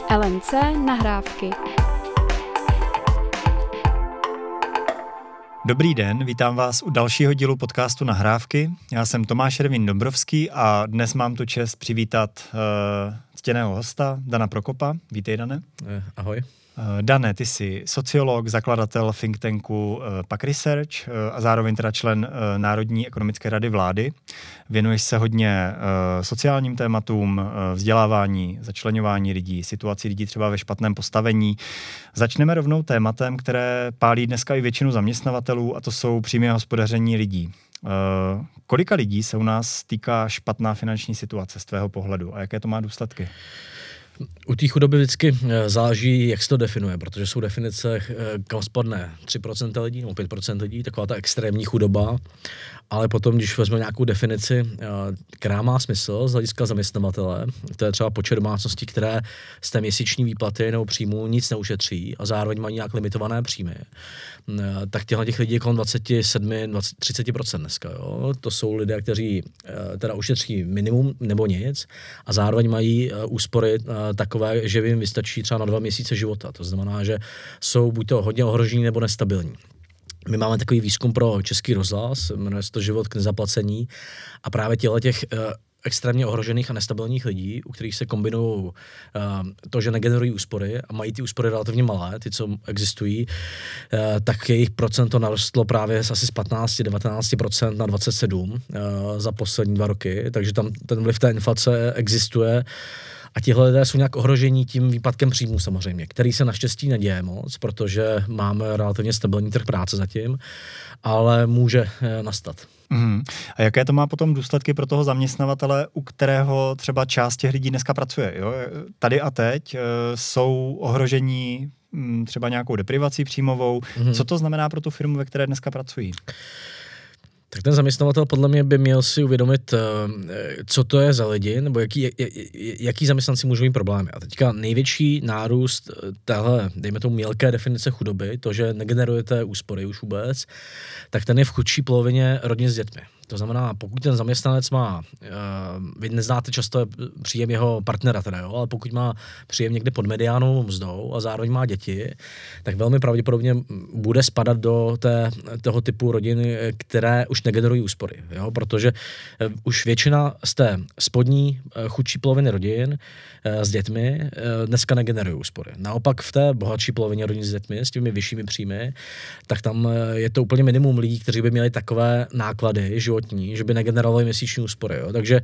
LMC nahrávky. Dobrý den, vítám vás u dalšího dílu podcastu Nahrávky. Já jsem Tomáš Ervín Dombrovský a dnes mám tu čest přivítat ctěného hosta, Dana Prokopa. Vítej, Dane. Ahoj. Dane, ty jsi sociolog, zakladatel think tanku PAK Research a zároveň teda člen Národní ekonomické rady vlády. Věnuješ se hodně sociálním tématům, vzdělávání, začleňování lidí, situaci lidí třeba ve špatném postavení. Začneme rovnou tématem, které pálí dneska i většinu zaměstnavatelů, a to jsou příjmy a hospodaření lidí. Kolika lidí se u nás týká špatná finanční situace z tvého pohledu a jaké to má důsledky? U té chudoby vždycky záleží, jak se to definuje, protože jsou definice, kam spadne 3% lidí nebo 5% lidí, taková ta extrémní chudoba, ale potom, když vezmeme nějakou definici, která má smysl z hlediska zaměstnavatele, to je třeba počet domácností, které z té měsíční výplaty nebo příjmu nic neušetří a zároveň mají nějak limitované příjmy, tak těchto lidí je kolem 30% dneska. Jo? To jsou lidé, kteří teda ušetří minimum nebo nic a zároveň mají úspory takové, že jim vystačí třeba na 2 měsíce života. To znamená, že jsou buď to hodně ohrožení nebo nestabilní. My máme takový výzkum pro Český rozhlas, jmenuje se to Život k nezaplacení, a právě těch extrémně ohrožených a nestabilních lidí, u kterých se kombinují to, že negenerují úspory a mají ty úspory relativně malé, ty, co existují, tak jejich procento narostlo právě asi z 15-19% na 27% za poslední 2 roky, takže tam ten vliv té inflace existuje. A tihle lidé jsou nějak ohrožení tím výpadkem příjmů samozřejmě, který se naštěstí neděje moc, protože máme relativně stabilní trh práce zatím, ale může nastat. A jaké to má potom důsledky pro toho zaměstnavatele, u kterého třeba část těch lidí dneska pracuje? Jo? Tady a teď jsou ohrožení třeba nějakou deprivací příjmovou. Co to znamená pro tu firmu, ve které dneska pracují? Tak ten zaměstnavatel podle mě by měl si uvědomit, co to je za lidi, nebo jaký zaměstnanci můžou mít problémy. A teďka největší nárůst téhle, dejme tomu mělké definice chudoby, to, že negenerujete úspory už vůbec, tak ten je v chudší polovině rodin s dětmi. To znamená, pokud ten zaměstnanec má, vy neznáte často příjem jeho partnera teda, jo, ale pokud má příjem někde pod mediánovou mzdou a zároveň má děti, tak velmi pravděpodobně bude spadat do toho typu rodin, které už negenerují úspory, jo, protože už většina z té spodní chudší poloviny rodin s dětmi dneska negenerují úspory. Naopak v té bohatší polovině rodin s dětmi, s těmi vyššími příjmy, tak tam je to úplně minimum lidí, kteří by měli takové náklady životní, že by negenerovali měsíční úspory. Jo. Takže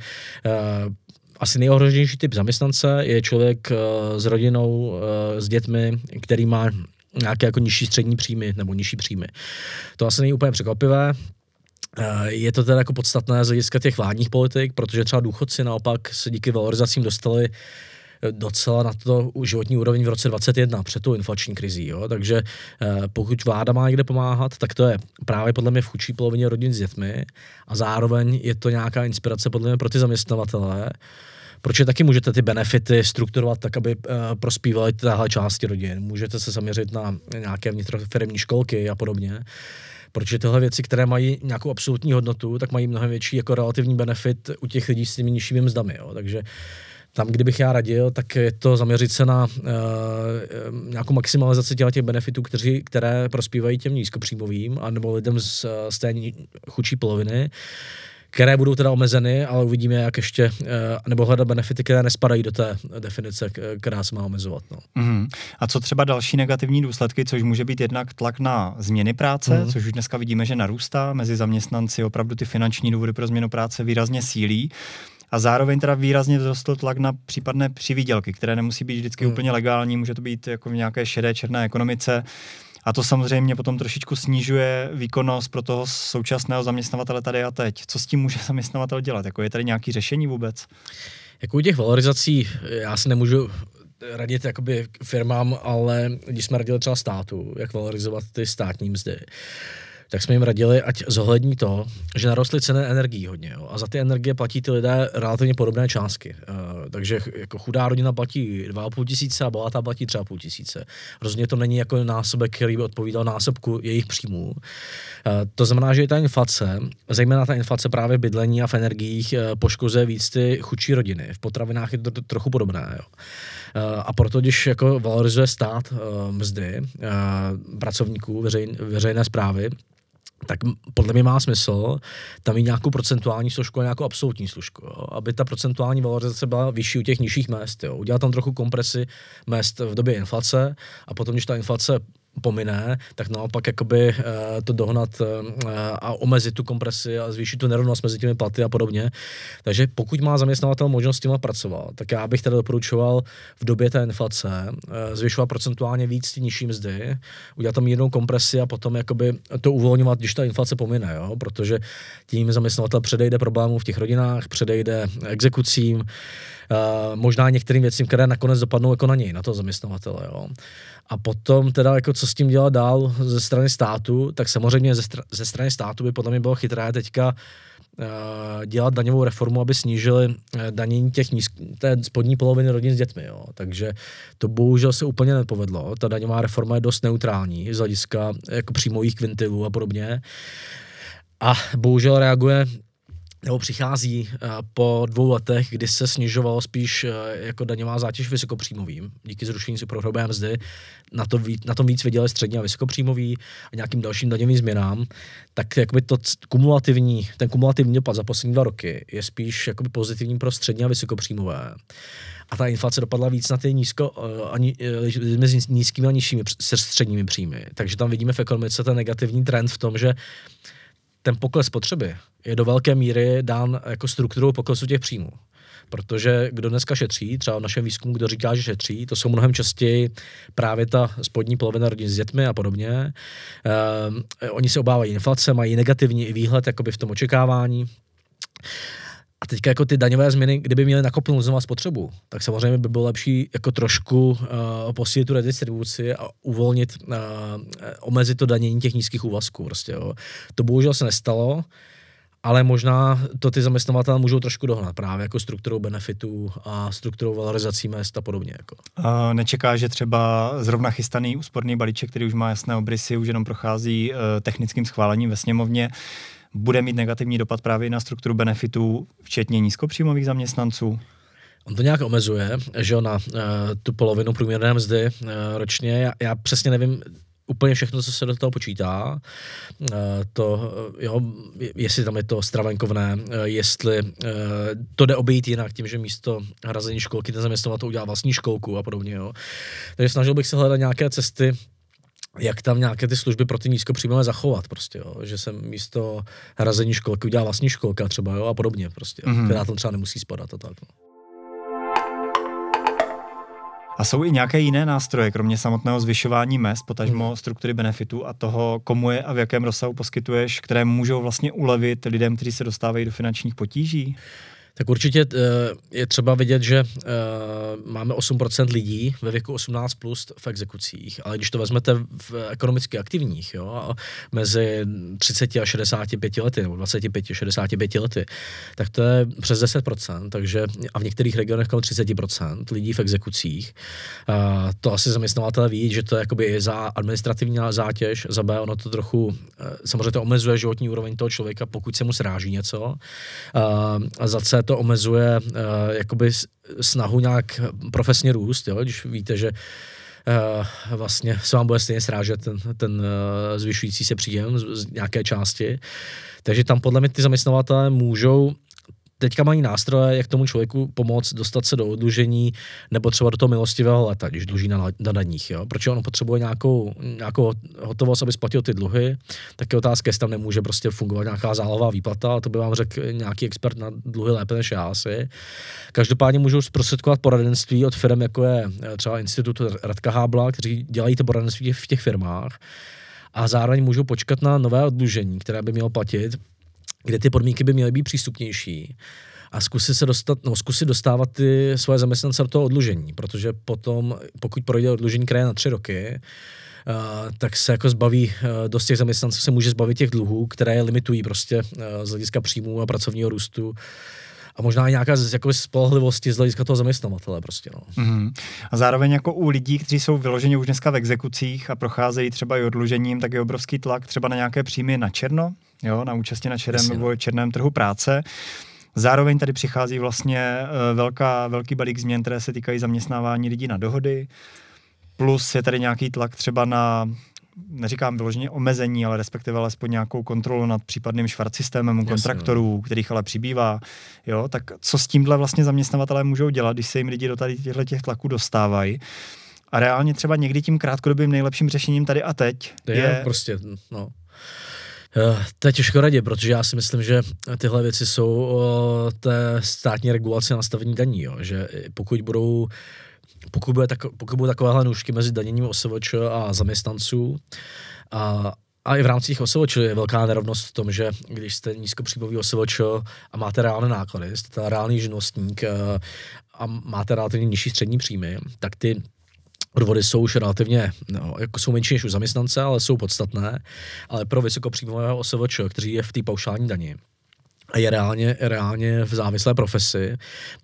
asi nejohroženější typ zaměstnance je člověk s rodinou, s dětmi, který má nějaké jako nižší střední příjmy nebo nižší příjmy. To asi není úplně překvapivé. Je to teda jako podstatné z hlediska těch vládních politik, protože třeba důchodci naopak se díky valorizacím dostali docela na to životní úroveň v roce 2021 před tou inflační krizí. Jo? Takže pokud vláda má někde pomáhat, tak to je právě podle mě v chudší polovině rodin s dětmi a zároveň je to nějaká inspirace podle mě pro ty zaměstnavatele, protože taky můžete ty benefity strukturovat tak, aby prospívaly téhle části rodin. Můžete se zaměřit na nějaké vnitrofiremní školky a podobně. Protože tyhle věci, které mají nějakou absolutní hodnotu, tak mají mnohem větší jako relativní benefit u těch lidí s těmi nižšími mzdami. Jo? Takže tam, kdybych já radil, tak je to zaměřit se na nějakou maximalizaci těch benefitů, které prospívají těm nízkopříjmovým anebo lidem z té chudší poloviny, které budou teda omezeny, ale uvidíme, jak ještě, nebo hledat benefity, které nespadají do té definice, která se má omezovat. No. A co třeba další negativní důsledky, což může být jednak tlak na změny práce, což už dneska vidíme, že narůstá mezi zaměstnanci, opravdu ty finanční důvody pro změnu práce výrazně sílí. A zároveň teda výrazně vzrostl tlak na případné přivýdělky, které nemusí být vždycky úplně legální, může to být jako v nějaké šedé, černé ekonomice. A to samozřejmě potom trošičku snižuje výkonnost pro toho současného zaměstnavatele tady a teď. Co s tím může zaměstnavatel dělat? Jako je tady nějaké řešení vůbec? Jako u těch valorizací já si nemůžu radit jakoby firmám, ale když jsme radili třeba státu, jak valorizovat ty státní mzdy, tak jsme jim radili, ať zohlední to, že narostly ceny energií hodně. Jo? A za ty energie platí ty lidé relativně podobné částky. Takže jako chudá rodina platí 2,5 tisíce a bohatá platí 3,5 tisíce. Rozhodně to není jako násobek, který by odpovídal násobku jejich příjmů. To znamená, že ta inflace, zejména ta inflace právě v bydlení a v energiích, poškozuje víc ty chudší rodiny. V potravinách je to trochu podobné. Jo. A proto, když jako valorizuje stát mzdy pracovníků veřejné správy, tak podle mě má smysl tam mít nějakou procentuální složku a nějakou absolutní složku, jo? Aby ta procentuální valorizace byla vyšší u těch nižších mezd. Jo? Udělat tam trochu kompresi mezd v době inflace a potom, když ta inflace pomine, tak naopak jakoby to dohnat a omezit tu kompresi a zvýšit tu nerovnost mezi těmi platy a podobně. Takže pokud má zaměstnavatel možnost s těma pracovat, tak já bych teda doporučoval v době té inflace zvyšovat procentuálně víc ty nižší mzdy, udělat tam mírnou kompresi a potom jakoby to uvolňovat, když ta inflace pomine, jo? Protože tím zaměstnavatel předejde problémů v těch rodinách, předejde exekucím, možná některým věcím, které nakonec dopadnou jako na něj, na toho zaměstnavatele. Jo? A potom teda jako co s tím dělat dál ze strany státu, tak samozřejmě ze strany státu by podle mě bylo chytré teďka dělat daňovou reformu, aby snížili danění té spodní poloviny rodin s dětmi. Jo. Takže to bohužel se úplně nepovedlo. Ta daňová reforma je dost neutrální z hlediska jako příjmových kvintilů a podobně. A bohužel reaguje nebo přichází po 2 letech, kdy se snižovalo spíš jako daňová zátěž vysokopříjmovým. Díky zrušení superhrubé mzdy na tom víc viděli střední a vysokopříjmový a nějakým dalším daňovým změnám, tak jakoby ten kumulativní dopad za poslední 2 roky je spíš jakoby pozitivní pro střední a vysokopříjmové. A ta inflace dopadla víc na ty mezi nízkými a nižšími středními příjmy. Takže tam vidíme v ekonomice ten negativní trend v tom, že ten pokles spotřeby je do velké míry dán jako strukturou poklesu těch příjmů. Protože kdo dneska šetří, třeba v našem výzkumu, kdo říká, že šetří, to jsou mnohem častěji právě ta spodní polovina rodin s dětmi a podobně. Oni se obávají inflace, mají negativní výhled jakoby v tom očekávání. A teďka jako ty daňové změny, kdyby měly nakopnout znovu spotřebu, tak samozřejmě by bylo lepší jako trošku posílit tu redistribuci a uvolnit, omezit to danění těch nízkých úvazků. Prostě, jo. To bohužel se nestalo, ale možná to ty zaměstnavatelé můžou trošku dohnat právě jako strukturou benefitů a strukturou valorizací mezd a podobně. Jako. Nečeká, že třeba zrovna chystaný úsporný balíček, který už má jasné obrysy, už jenom prochází technickým schválením ve sněmovně, bude mít negativní dopad právě na strukturu benefitů, včetně nízkopříjmových zaměstnanců? On to nějak omezuje, že na tu polovinu průměrné mzdy ročně. Já přesně nevím úplně všechno, co se do toho počítá. Jestli tam je to stravenkovné, jestli to jde obejít jinak tím, že místo hrazení školky ten zaměstnavatel udělá vlastní školku a podobně. Jo. Takže snažil bych se hledat nějaké cesty, jak tam nějaké ty služby pro ty nízkopříjmové zachovat prostě, jo. Že se místo hrazení školky udělá vlastní školka třeba, jo, a podobně prostě, která tam třeba nemusí spadat a tak. No. A jsou i nějaké jiné nástroje, kromě samotného zvyšování mezd, potažmo struktury benefitů a toho, komu je a v jakém rozsahu poskytuješ, které můžou vlastně ulevit lidem, kteří se dostávají do finančních potíží? Tak určitě je třeba vidět, že máme 8% lidí ve věku 18+ v exekucích, ale když to vezmete v ekonomicky aktivních, jo, mezi 30 a 65 lety, nebo 25-65 lety, tak to je přes 10%, takže a v některých regionech kolem 30% lidí v exekucích. To asi zaměstnavatelé ví, že to je jakoby za administrativní zátěž, za B, ono to trochu, samozřejmě to omezuje životní úroveň toho člověka, pokud se mu sráží něco, a za C to omezuje jakoby snahu nějak profesně růst, jo? Když víte, že vlastně se vám bude stejně srážet ten zvyšující se příjem z nějaké části. Takže tam podle mě ty zaměstnavatelé můžou teďka mají nástroje, jak tomu člověku pomoct dostat se do oddlužení nebo třeba do toho milostivého léta, když dluží na daních. Jo? Protože on potřebuje nějakou hotovost, aby splatil ty dluhy, tak je otázka, jestli tam nemůže prostě fungovat nějaká zálohová výplata, a to by vám řekl nějaký expert na dluhy lépe než já asi. Každopádně můžou zprostředkovat poradenství od firm, jako je třeba Institut Radka Hábla, kteří dělají to poradenství v těch firmách, a zároveň můžou počkat na nové oddlužení, které by mělo platit, kde ty podmínky by měly být přístupnější, a zkusit dostávat ty svoje zaměstnance do toho oddlužení, protože potom, pokud projde oddlužení kraje na 3 roky, tak se jako zbaví, dost těch zaměstnanců se může zbavit těch dluhů, které limitují prostě z hlediska příjmů a pracovního růstu a možná i nějaká jako spolehlivosti z hlediska toho zaměstnavatele prostě, no. Mm-hmm. A zároveň jako u lidí, kteří jsou vyloženě už dneska v exekucích a procházejí třeba i odlužením, tak je obrovský tlak třeba na nějaké příjmy na černo, jo, na účasti na černém trhu práce. Zároveň tady přichází vlastně velký balík změn, které se týkají zaměstnávání lidí na dohody, plus je tady nějaký tlak třeba na, neříkám vyloženě omezení, ale respektive alespoň nějakou kontrolu nad případným švart systémem u kontraktorů, kterých ale přibývá. Jo, tak co s tímhle vlastně zaměstnavatelé můžou dělat, když se jim lidi do tady těch tlaků dostávají? A reálně třeba někdy tím krátkodobým nejlepším řešením tady a teď je prostě, no. To je těžko radit, protože já si myslím, že tyhle věci jsou té státní regulace a nastavení daní, jo, že pokud budou takovéhle nůžky mezi daněním OSVČ a zaměstnanců a i v rámci těch OSVČ je velká nerovnost v tom, že když jste nízkopříjmový OSVČ a máte reálné náklady, jste reálný živnostník a máte relativně nižší střední příjmy, tak ty odvody jsou už relativně, jako jsou menší než u zaměstnance, ale jsou podstatné, ale pro vysokopříjmového OSVČ, který je v té paušální dani a je reálně v závislé profesi,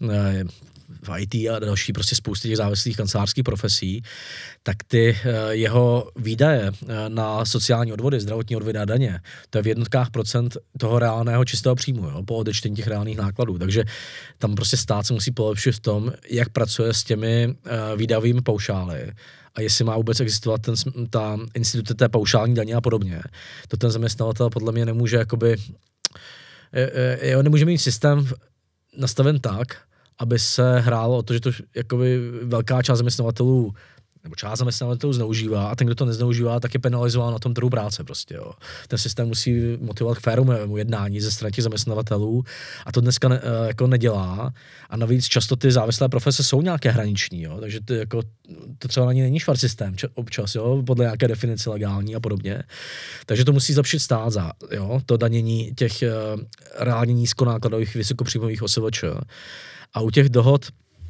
v IT a další prostě spousty těch závislých kancelářských profesí, tak ty jeho výdaje na sociální odvody, zdravotní odvody a daně, to je v jednotkách procent toho reálného čistého příjmu, jo, po odečtení těch reálných nákladů. Takže tam prostě stát se musí polepšit v tom, jak pracuje s těmi výdajovými paušály a jestli má vůbec existovat ta institut té paušální daně a podobně. To ten zaměstnavatel podle mě nemůže jakoby, nemůže mít systém nastaven tak, aby se hrálo o to, že to jakoby velká část zaměstnavatelů nebo část zaměstnavatelů zneužívá a ten, kdo to nezneužívá, tak je penalizován na tom trhu práce prostě, jo. Ten systém musí motivovat k férovému jednání ze strany těch zaměstnavatelů a to dneska jako nedělá a navíc často ty závislé profese jsou nějaké hraniční, jo, takže to třeba na ní není švart systém občas, jo, podle nějaké definice legální a podobně. Takže to musí zlepšit stát to danění těch reálně nízkonákladových vysokopříjmových OSVČ. A u těch dohod,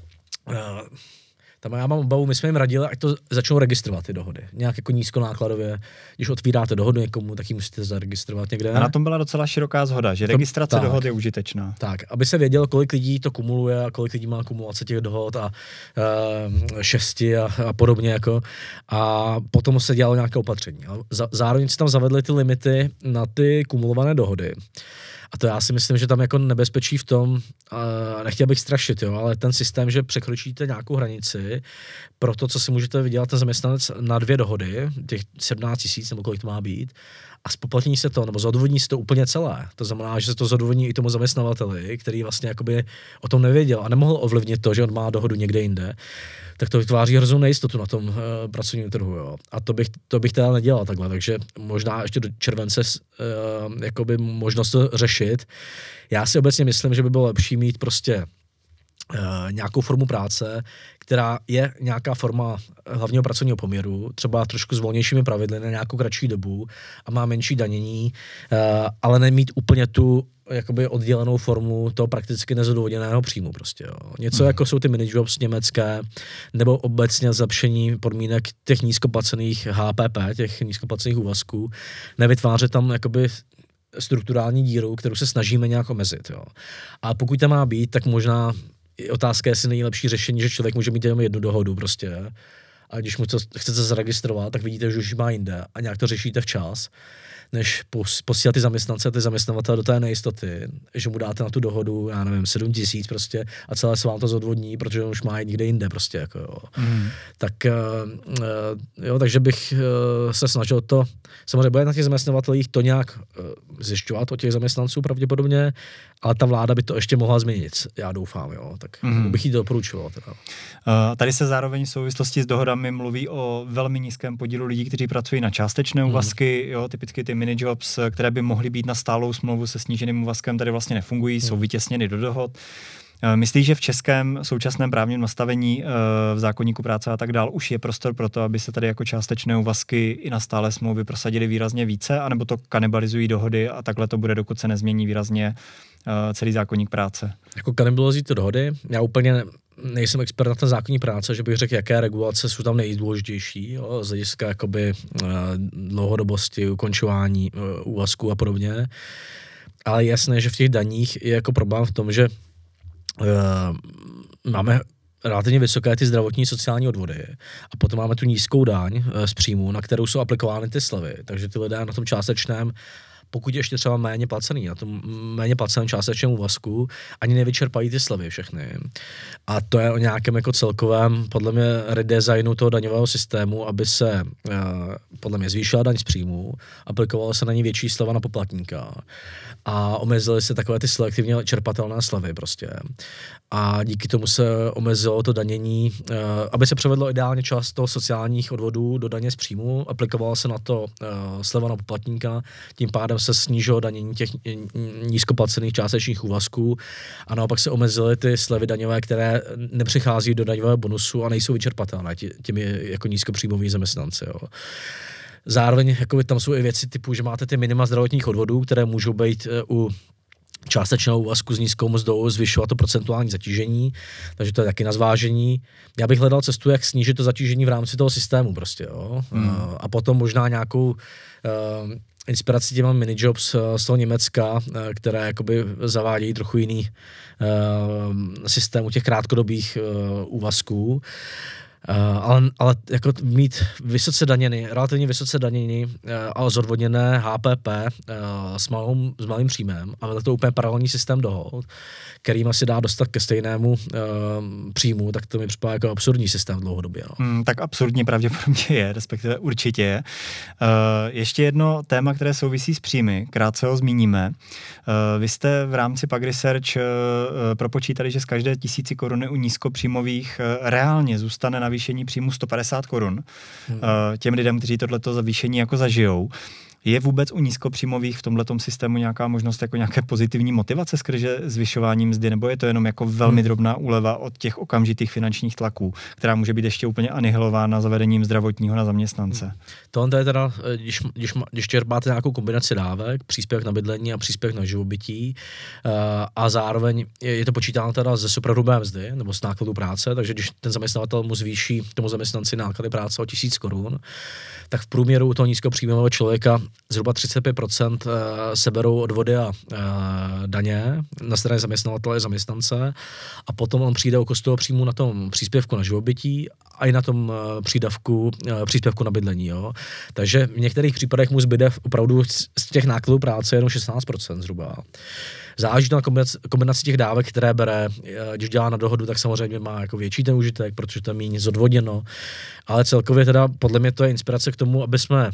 tam já mám obavu, my jsme jim radili, ať to začnou registrovat ty dohody. Nějak jako nízkonákladově, když otvíráte dohodu někomu, tak ji musíte zaregistrovat někde. A na tom byla docela široká shoda, že registrace dohod je užitečná. Tak, aby se vědělo, kolik lidí to kumuluje a kolik lidí má kumulace těch dohod a šesti a podobně. Jako. A potom se dělalo nějaké opatření. Zároveň se tam zavedly ty limity na ty kumulované dohody. A to já si myslím, že tam jako nebezpečí v tom, nechtěl bych strašit, jo, ale ten systém, že překročíte nějakou hranici pro to, co si můžete vydělat ten zaměstnanec na 2 dohody, těch 17 000 nebo kolik to má být, a spoplatní se to, nebo zodůvodní se to úplně celé. To znamená, že se to zodůvodní i tomu zaměstnavateli, který vlastně jakoby o tom nevěděl a nemohl ovlivnit to, že on má dohodu někde jinde, tak to vytváří hroznou nejistotu na tom pracovním trhu. Jo. A to bych teda nedělal takhle, takže možná ještě do července jakoby možnost to řešit. Já si obecně myslím, že by bylo lepší mít prostě nějakou formu práce, která je nějaká forma hlavního pracovního poměru, třeba trošku s volnějšími pravidly na nějakou kratší dobu a má menší danění, ale nemít úplně tu jakoby oddělenou formu toho prakticky nezodůvodněného příjmu prostě. Jo. Něco jako jsou ty minijobs německé, nebo obecně zlepšení podmínek těch nízkoplacených HPP, těch nízkoplacených úvazků, nevytvářet tam jakoby strukturální díru, kterou se snažíme nějak omezit. Jo. A pokud tam má být, tak možná otázka je, jestli nejlepší řešení, že člověk může mít jenom jednu dohodu prostě. A když mu to chcete zaregistrovat, tak vidíte, že už má jinde a nějak to řešíte včas, než posílat ty zaměstnance a ty zaměstnavatele do té nejistoty, že mu dáte na tu dohodu, já nevím, 7 000 prostě a celé se vám to zodvodní, protože on už má někde jinde prostě, jako jo. Tak jo, takže bych se snažil to, samozřejmě bude na těch zaměstnavatelích to nějak zjišťovat od těch zaměstnanců pravděpodobně, ale ta vláda by to ještě mohla změnit, já doufám, jo, tak bych jí to doporučoval. Teda. Tady se zároveň v souvislosti s dohodami mluví o velmi nízkém podílu lidí, kteří pracují na částečné úvazky, jo, typicky ty minijobs, které by mohly být na stálou smlouvu se sníženým úvazkem, tady vlastně nefungují, jsou vytěsněny do dohod. Myslíš, že v českém současném právním nastavení v zákoníku práce a tak dál už je prostor pro to, aby se tady jako částečné úvazky i na stálé smlouvy prosadily výrazně více, anebo to kanibalizují dohody a takhle to bude, dokud se nezmění výrazně celý zákoník práce? Jako kanibalizují to dohody, já úplně nejsem expert na ten zákoník práce, že bych řekl, jaké regulace jsou tam nejdůležitější, jo, z hlediska jakoby dlouhodobosti, ukončování úvazků a podobně. Ale jasné, že v těch daních je jako problém v tom, že máme relativně vysoké ty zdravotní sociální odvody a potom máme tu nízkou daň z příjmu, na kterou jsou aplikovány ty slevy. Takže ty lidé na tom částečném, pokud ještě třeba méně placený, na tom méně placeném částečném úvazku, ani nevyčerpají ty slevy všechny. A to je o nějakém jako celkovém, podle mě, redesignu toho daňového systému, aby se podle mě zvýšila daň z příjmu, aplikovala se na ní větší sleva na poplatníka a omezily se takové ty selektivně čerpatelné slevy prostě. A díky tomu se omezilo to danění, aby se převedlo ideálně část toho sociálních odvodů do daně z příjmu, aplikovalo se na to sleva na poplatníka, tím pádem se snížilo danění těch nízkoplacených částečných úvazků a naopak se omezily ty slevy daňové, které nepřichází do daňového bonusu a nejsou vyčerpatelné těmi jako nízkopříjmoví zaměstnanci. Jo. Zároveň jako tam jsou i věci typu, že máte ty minima zdravotních odvodů, které můžou být u částečného úvazku s nízkou mzdou zvyšovat to procentuální zatížení, takže to je taky na zvážení. Já bych hledal cestu, jak snížit to zatížení v rámci toho systému prostě, jo. A potom možná nějakou inspiraci těma minijobs z toho Německa, které jakoby zavádějí trochu jiný systém u těch krátkodobých úvazků. Ale jako mít vysoce daněný, relativně vysoce daněný a zodvodněné HPP s malým příjmem a vedle to úplně paralelní systém dohod, kterým se dá dostat ke stejnému příjmu, tak to mi připadá jako absurdní systém v dlouhodobě. No. Tak absurdní pravděpodobně je, respektive určitě je. Ještě jedno téma, které souvisí s příjmy, krátce ho zmíníme. Vy jste v rámci PAG Research propočítali, že z každé 1000 koruny u nízkopříjmových reálně zůstane navýšení příjmu 150 korun těm lidem, kteří tohleto zavýšení jako zažijou. Je vůbec u nízkopříjmových v tomhletom systému nějaká možnost jako nějaké pozitivní motivace skrze zvyšování mzdy, nebo je to jenom jako velmi drobná úleva od těch okamžitých finančních tlaků, která může být ještě úplně anihilována zavedením zdravotního na zaměstnance? To je teda, když čerpáte nějakou kombinaci dávek, příspěvek na bydlení a příspěvek na živobytí a zároveň je to počítáno teda ze superhrubé mzdy nebo z nákladů práce, takže když ten zaměstnavatel mu zvýší tomu zaměstnanci náklady práce o 1000 korun, tak v průměru u toho nízkopříjmového člověka zhruba 35% seberou odvody a daně na straně zaměstnavatele a zaměstnance a potom on přijde o kost toho příjmu na tom příspěvku na živobytí a i na tom příspěvku na bydlení. Jo. Takže v některých případech mu zbyde opravdu z těch nákladů práce jenom 16% zhruba. Záleží to na kombinaci těch dávek, které bere. Když dělá na dohodu, tak samozřejmě má jako větší ten užitek, protože to je méně zodvodněno. Ale celkově teda podle mě to je inspirace k tomu, aby jsme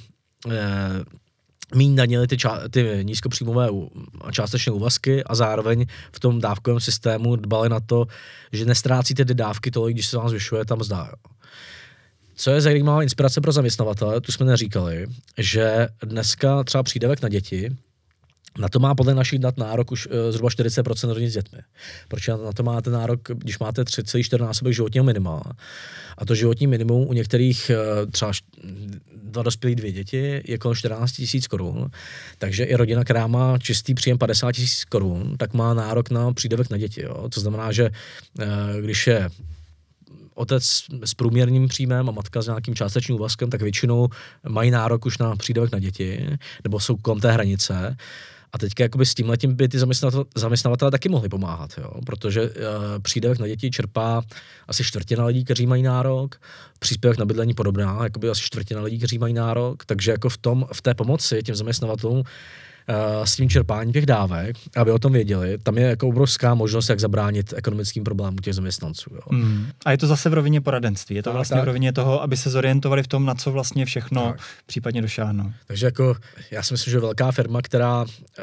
míň danili ty nízkopříjmové a částečné úvazky a zároveň v tom dávkovém systému dbali na to, že nestrácíte ty dávky tolik, když se vám zvyšuje ta mzda. Co je zajímavá inspirace pro zaměstnavatele, tu jsme neříkali, že dneska třeba přídavek na děti, na to má podle našich dat nárok už zhruba 40% rodin s dětmi. Proč na to máte nárok, když máte 3,4násobek životního minima? A to životní minimum u některých třeba 2 dospělí 2 děti je kolem 14 000 korun. Takže i rodina, která má čistý příjem 50 000 korun, tak má nárok na přídavek na děti. Jo? To znamená, že když je otec s průměrným příjmem a matka s nějakým částečným úvazkem, tak většinou mají nárok už na přídavek na děti, nebo jsou kolem té hranice. A teďka jakoby s tímhletím by ty zaměstnavatelé taky mohli pomáhat, jo? Protože přídavek na děti čerpá asi 1/4 lidí, kteří mají nárok, příspěvek na bydlení podobná, jakoby asi 1/4 lidí, kteří mají nárok, takže jako v té pomoci těm zaměstnavatelům s tím čerpáním těch dávek, aby o tom věděli, tam je jako obrovská možnost, jak zabránit ekonomickým problémům těch zaměstnanců. Jo. A je to zase v rovině poradenství. Je to vlastně v rovině toho, aby se zorientovali v tom, na co vlastně všechno případně došáhnou. Takže jako já si myslím, že velká firma, která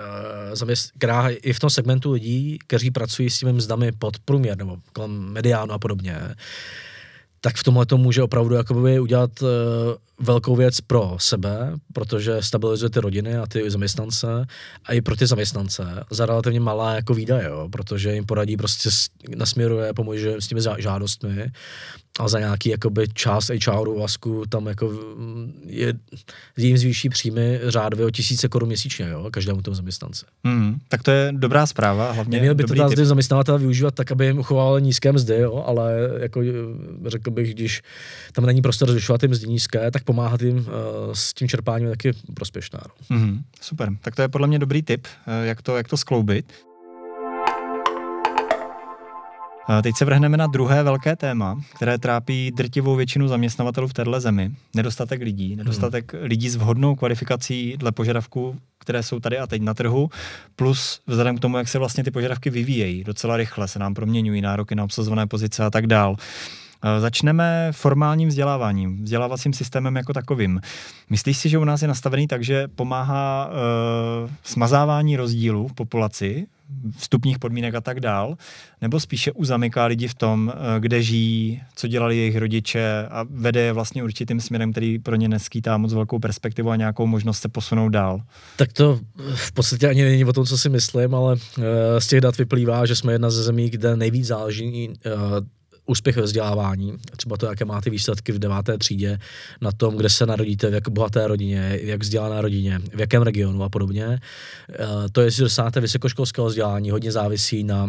i v tom segmentu lidí, kteří pracují s těmi mzdami pod průměr nebo kolem mediánu a podobně, tak v tomhle to může opravdu jakoby udělat velkou věc pro sebe, protože stabilizuje ty rodiny a ty zaměstnance a i pro ty zaměstnance za relativně malé jako výdaje, jo, protože jim poradí, prostě nasměruje, pomůže s těmi žádostmi a za nějaký jakoby část HR úvazku tam jako jim zvýší příjmy řádově o 1000 korun měsíčně, jo, každému tomu zaměstnance. Tak to je dobrá zpráva, hlavně neměl by to ty zaměstnavatelé využívat tak, aby jim uchovali nízké mzdy, jo, ale jako řekl bych, když tam není prostor zvyšovat ty mzdy nízké, tak pomáhat jim s tím čerpáním je taky prospěšná. Super, tak to je podle mě dobrý tip, jak to skloubit. Teď se vrhneme na druhé velké téma, které trápí drtivou většinu zaměstnavatelů v této zemi. Nedostatek lidí, lidí s vhodnou kvalifikací dle požadavků, které jsou tady a teď na trhu, plus vzhledem k tomu, jak se vlastně ty požadavky vyvíjejí, docela rychle se nám proměňují nároky na obsazované pozice a tak dál. Začneme formálním vzděláváním, vzdělávacím systémem jako takovým. Myslíš si, že u nás je nastavený tak, že pomáhá smazávání rozdílů v populaci, vstupních podmínek a tak dál, nebo spíše uzamyká lidi v tom, kde žijí, co dělali jejich rodiče a vede je vlastně určitým směrem, který pro ně neskýtá moc velkou perspektivu a nějakou možnost se posunout dál? Tak to v podstatě ani není o tom, co si myslím, ale z těch dat vyplývá, že jsme jedna ze zemí, kde nejvíc záleží úspěch ve vzdělávání, třeba to, jaké máte výsledky v 9. třídě, na tom, kde se narodíte, v jak bohaté rodině, v jak vzdělané rodině, v jakém regionu a podobně. To, jestli dosáhnete vysokoškolského vzdělání, hodně závisí na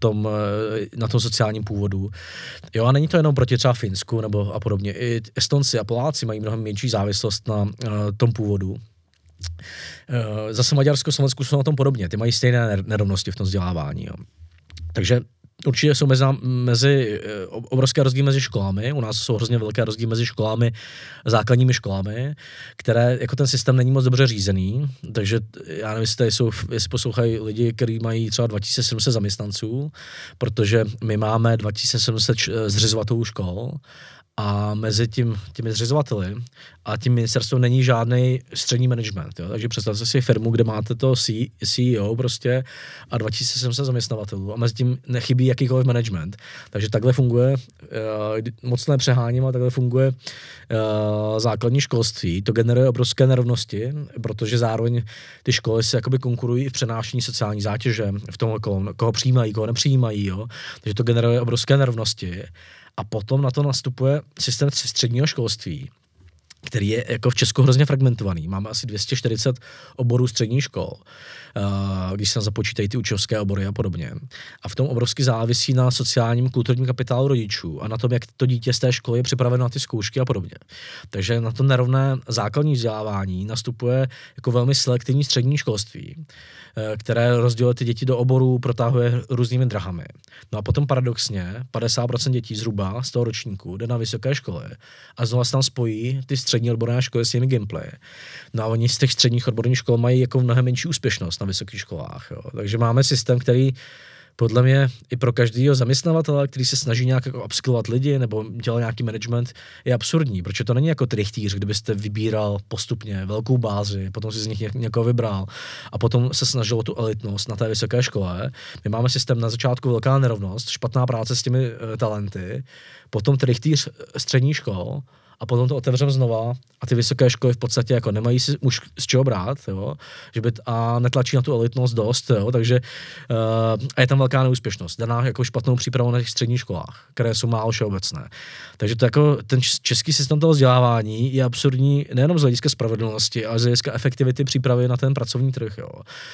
tom sociálním původu. Jo, a není to jenom proti třeba Finsku nebo a podobně. I Estonci a Poláci mají mnohem menší závislost na tom původu. Zase Maďarsko, Slovensku jsou na tom podobně. Ty mají stejné nerovnosti v tom vzdělávání. Jo. Takže určitě jsou obrovské rozdíly mezi školami. U nás jsou hrozně velké rozdíly mezi školami, základními školami, které jako ten systém není moc dobře řízený. Takže já nevím, jestli poslouchají lidi, kteří mají třeba 2700 zaměstnanců, protože my máme 2700 zřizovatelů škol. A mezi těmi zřizovateli a tím ministerstvem není žádný střední management. Jo? Takže představte si firmu, kde máte to CEO prostě a 2700 zaměstnavatelů a mezi tím nechybí jakýkoliv management. Takže takhle funguje, moc nepřeháním, ale takhle funguje základní školství. To generuje obrovské nerovnosti, protože zároveň ty školy se jakoby konkurují v přenášení sociální zátěže, v tom, koho přijímají, koho nepřijímají. Jo? Takže to generuje obrovské nerovnosti. A potom na to nastupuje systém středního školství, který je jako v Česku hrozně fragmentovaný. Máme asi 240 oborů středních škol, když se započítají ty učňovské obory a podobně. A v tom obrovsky závisí na sociálním kulturním kapitálu rodičů a na tom, jak to dítě z té školy je připraveno na ty zkoušky a podobně. Takže na to nerovné základní vzdělávání nastupuje jako velmi selektivní střední školství, které rozděluje ty děti do oborů, protahuje různými drahami. No a potom paradoxně 50% dětí zhruba z toho ročníku jde na vysoké školy a znovu se tam spojí ty střední odborné školy s těmi gimply. No a oni z těch středních odborných škol mají jako mnohem menší úspěšnost na vysokých školách. Jo. Takže máme systém, který podle mě i pro každého zaměstnavatele, který se snaží nějak jako upskillovat lidi nebo dělat nějaký management, je absurdní, protože to není jako trychtýř, kdybyste vybíral postupně velkou bázi, potom si z nich někoho vybral a potom se snažilo tu elitnost na té vysoké škole. My máme systém na začátku velká nerovnost, špatná práce s těmi talenty, potom trychtýř střední škol, a potom to otevřeme znova a ty vysoké školy v podstatě jako nemají si už z čeho brát, jo, a netlačí na tu elitnost dost, jo, takže a je tam velká neúspěšnost, daná jako špatnou přípravu na těch středních školách, které jsou málo všeobecné. Takže to jako ten český systém toho vzdělávání je absurdní nejenom z hlediska spravedlnosti, ale z hlediska efektivity přípravy na ten pracovní trh, jo.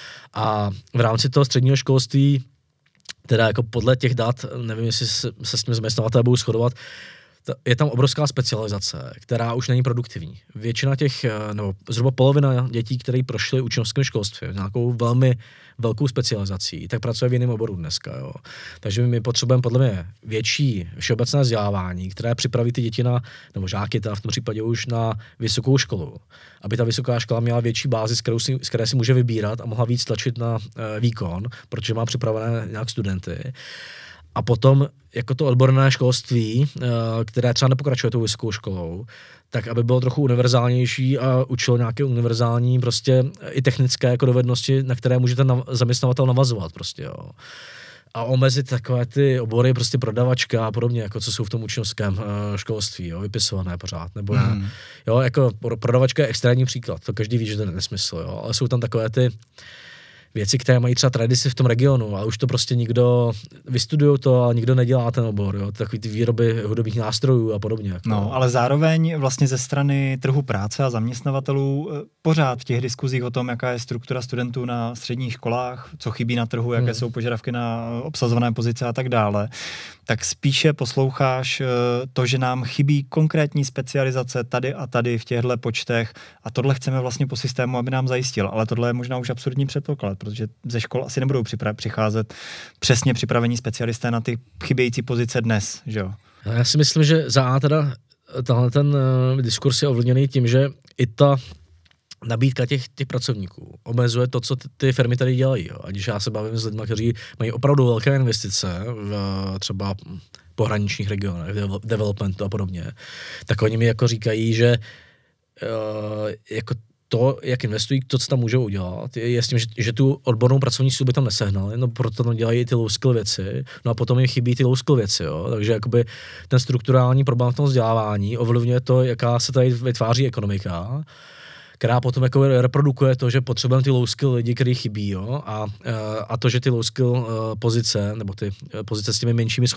A v rámci toho středního školství, teda jako podle těch dat, nevím, jestli se s tím zaměstnavatelé budou shodovat, je tam obrovská specializace, která už není produktivní. Většina těch, nebo zhruba polovina dětí, které prošly učňovským školstvím, nějakou velmi velkou specializací, tak pracuje v jiném oboru dneska. Jo. Takže my potřebujeme podle mě větší všeobecné vzdělávání, které připraví ty děti nebo žáky v tom případě už na vysokou školu. Aby ta vysoká škola měla větší bázi, z které si může vybírat a mohla víc tlačit na výkon, protože má připravené nějak studenty. A potom jako to odborné školství, které třeba nepokračuje tou vysokou školou, tak aby bylo trochu univerzálnější a učilo nějaké univerzální prostě i technické jako dovednosti, na které může ten zaměstnavatel navazovat prostě, jo. A omezit takové ty obory, prostě prodavačka a podobně, jako co jsou v tom učňovském školství, jo, vypisované pořád, nebo ne. Jo, jako prodavačka je extrémní příklad, to každý ví, že to je nesmysl, jo, ale jsou tam takové ty věci, které mají třeba tradici v tom regionu, ale už to prostě nikdo vystuduje to, ale nikdo nedělá ten obor, jo? Takový ty výroby hudebních nástrojů a podobně. Jako. No, ale zároveň vlastně ze strany trhu práce a zaměstnavatelů pořád v těch diskuzích o tom, jaká je struktura studentů na středních školách, co chybí na trhu, jaké jsou požadavky na obsazované pozice a tak dále, tak spíše posloucháš to, že nám chybí konkrétní specializace tady a tady v těchto počtech a tohle chceme vlastně po systému, aby nám zajistil, ale tohle je možná už absurdní předpoklad, protože ze škol asi nebudou přicházet přesně připravení specialisté na ty chybějící pozice dnes, že jo? Já si myslím, že za A teda tenhle ten diskurs je ovlivněný tím, že i ta nabídka těch pracovníků omezuje to, co ty firmy tady dělají. Jo. A když já se bavím s lidmi, kteří mají opravdu velké investice v třeba pohraničních regionech, developmentu a podobně, tak oni mi jako říkají, že jako to, jak investují, to, co tam můžou udělat, je s tím, že tu odbornou pracovní sílu by tam nesehnali, no proto tam dělají ty low skill věci, no a potom jim chybí ty low skill věci, jo. Takže jakoby ten strukturální problém v tom vzdělávání ovlivňuje to, jaká se tady vytváří ekonomika, která potom jako reprodukuje to, že potřebujeme ty low skill lidi, kteří chybí, jo, a to, že ty low skill pozice, nebo ty pozice s těmi menšími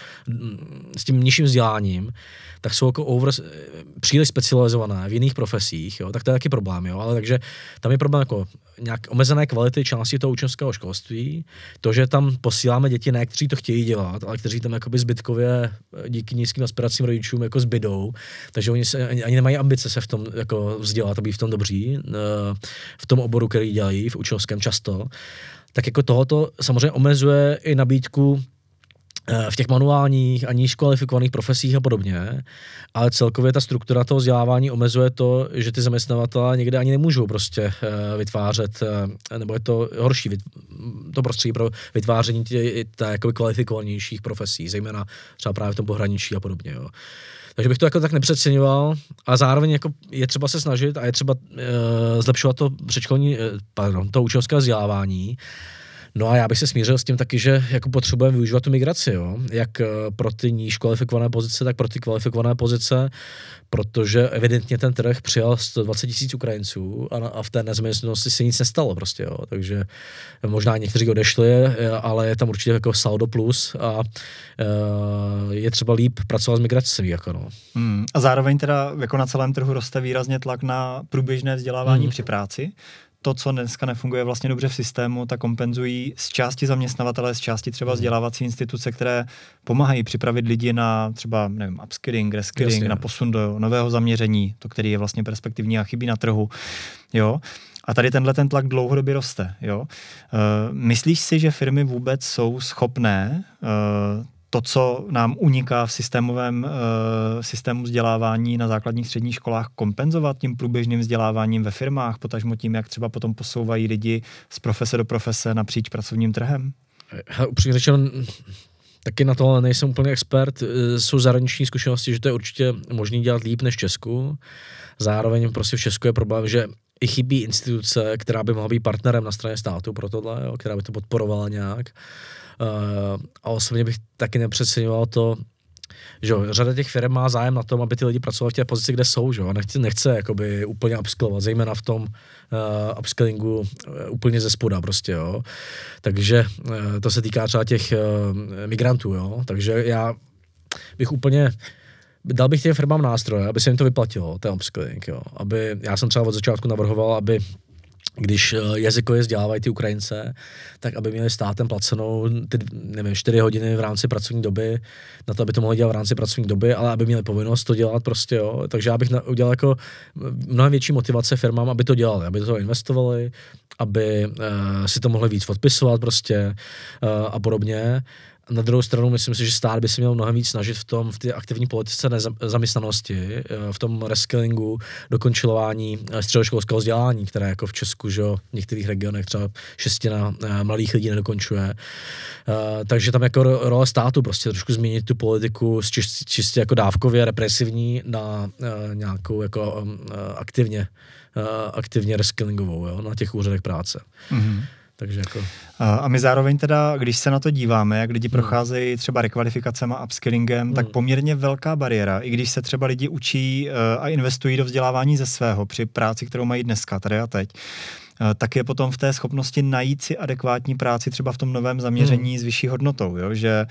s tím nižším vzděláním, tak jsou jako příliš specializované v jiných profesích, jo, tak to je taky problém, jo, ale takže tam je problém jako nějak omezené kvality části toho učňovského školství, to, že tam posíláme děti, ne kteří to chtějí dělat, ale kteří tam jakoby zbytkově díky nízkým aspiracím rodičům jako zbydou, takže oni ani nemají ambice se v tom jako vzdělat, aby v tom dobří, v tom oboru, který dělají, v učňovském často, tak jako tohoto samozřejmě omezuje i nabídku v těch manuálních a níž kvalifikovaných profesích a podobně, ale celkově ta struktura toho vzdělávání omezuje to, že ty zaměstnavatelé někde ani nemůžou prostě vytvářet, nebo je to horší, to prostředí pro vytváření těch kvalifikovanějších profesí, zejména třeba právě v tom pohraničí a podobně. Jo. Takže bych to jako tak nepřeceňoval, a zároveň jako je třeba se snažit a je třeba zlepšovat to to učňovské vzdělávání. No a já bych se smířil s tím taky, že jako potřebujeme využívat tu migraci, jo? Jak pro ty níž kvalifikované pozice, tak pro ty kvalifikované pozice, protože evidentně ten trh přijal 120 000 Ukrajinců a v té nezaměstnanosti se nic nestalo prostě, jo? Takže možná někteří odešli, ale je tam určitě jako saldo plus a je třeba líp pracovat s migrací, jako no. A zároveň teda jako na celém trhu roste výrazně tlak na průběžné vzdělávání při práci. To, co dneska nefunguje vlastně dobře v systému, tak kompenzují z části zaměstnavatele, z části třeba vzdělávací instituce, které pomáhají připravit lidi na třeba, nevím, upskilling, reskilling, jasně, na posun do nového zaměření, to, který je vlastně perspektivní a chybí na trhu. Jo? A tady tenhle ten tlak dlouhodobě roste. Jo? Myslíš si, že firmy vůbec jsou schopné to, co nám uniká v systému vzdělávání na základních středních školách, kompenzovat tím průběžným vzděláváním ve firmách, potažmo tím, jak třeba potom posouvají lidi z profese do profese napříč pracovním trhem? Upřímně řečeno, taky na to nejsem úplně expert. Jsou zahraniční zkušenosti, že to je určitě možné dělat líp než v Česku. Zároveň prostě v Česku je problém, že i chybí instituce, která by mohla být partnerem na straně státu pro tohle, jo, která by to podporovala nějak. A osobně bych taky nepřeceňoval to, že řada těch firm má zájem na tom, aby ty lidi pracovali v té pozici, kde jsou, že? A nechce jakoby úplně upskillovat, zejména v tom upskillingu úplně ze spoda prostě, jo. Takže to se týká třeba těch migrantů, jo. Takže já bych dal bych těm firmám nástroje, aby se jim to vyplatilo, ten upskilling, jo. Já jsem třeba od začátku navrhoval, aby když jazykově vzdělávají ty Ukrajince, tak aby měli státem placenou ty, 4 hodiny v rámci pracovní doby, na to, aby to mohli dělat v rámci pracovní doby, ale aby měli povinnost to dělat prostě, jo. Takže já bych udělal jako mnohem větší motivace firmám, aby to dělali, aby do toho investovali, aby si to mohli víc odpisovat prostě a podobně. Na druhou stranu myslím si, že stát by se měl mnohem víc snažit v té aktivní politice zaměstnanosti, v tom reskillingu, dokončilování středoškolského vzdělání, které jako v Česku, že v některých regionech třeba 1/6 mladých lidí nedokončuje. Takže tam jako role státu prostě trošku změnit tu politiku z čistě jako dávkově represivní na nějakou jako aktivně reskillingovou, jo, na těch úřadech práce. Mm-hmm. Takže jako... A my zároveň teda, když se na to díváme, jak lidi procházejí třeba rekvalifikacem a upskillingem, tak poměrně velká bariéra, i když se třeba lidi učí a investují do vzdělávání ze svého při práci, kterou mají dneska, tady a teď, tak je potom v té schopnosti najít si adekvátní práci třeba v tom novém zaměření s vyšší hodnotou, jo? Že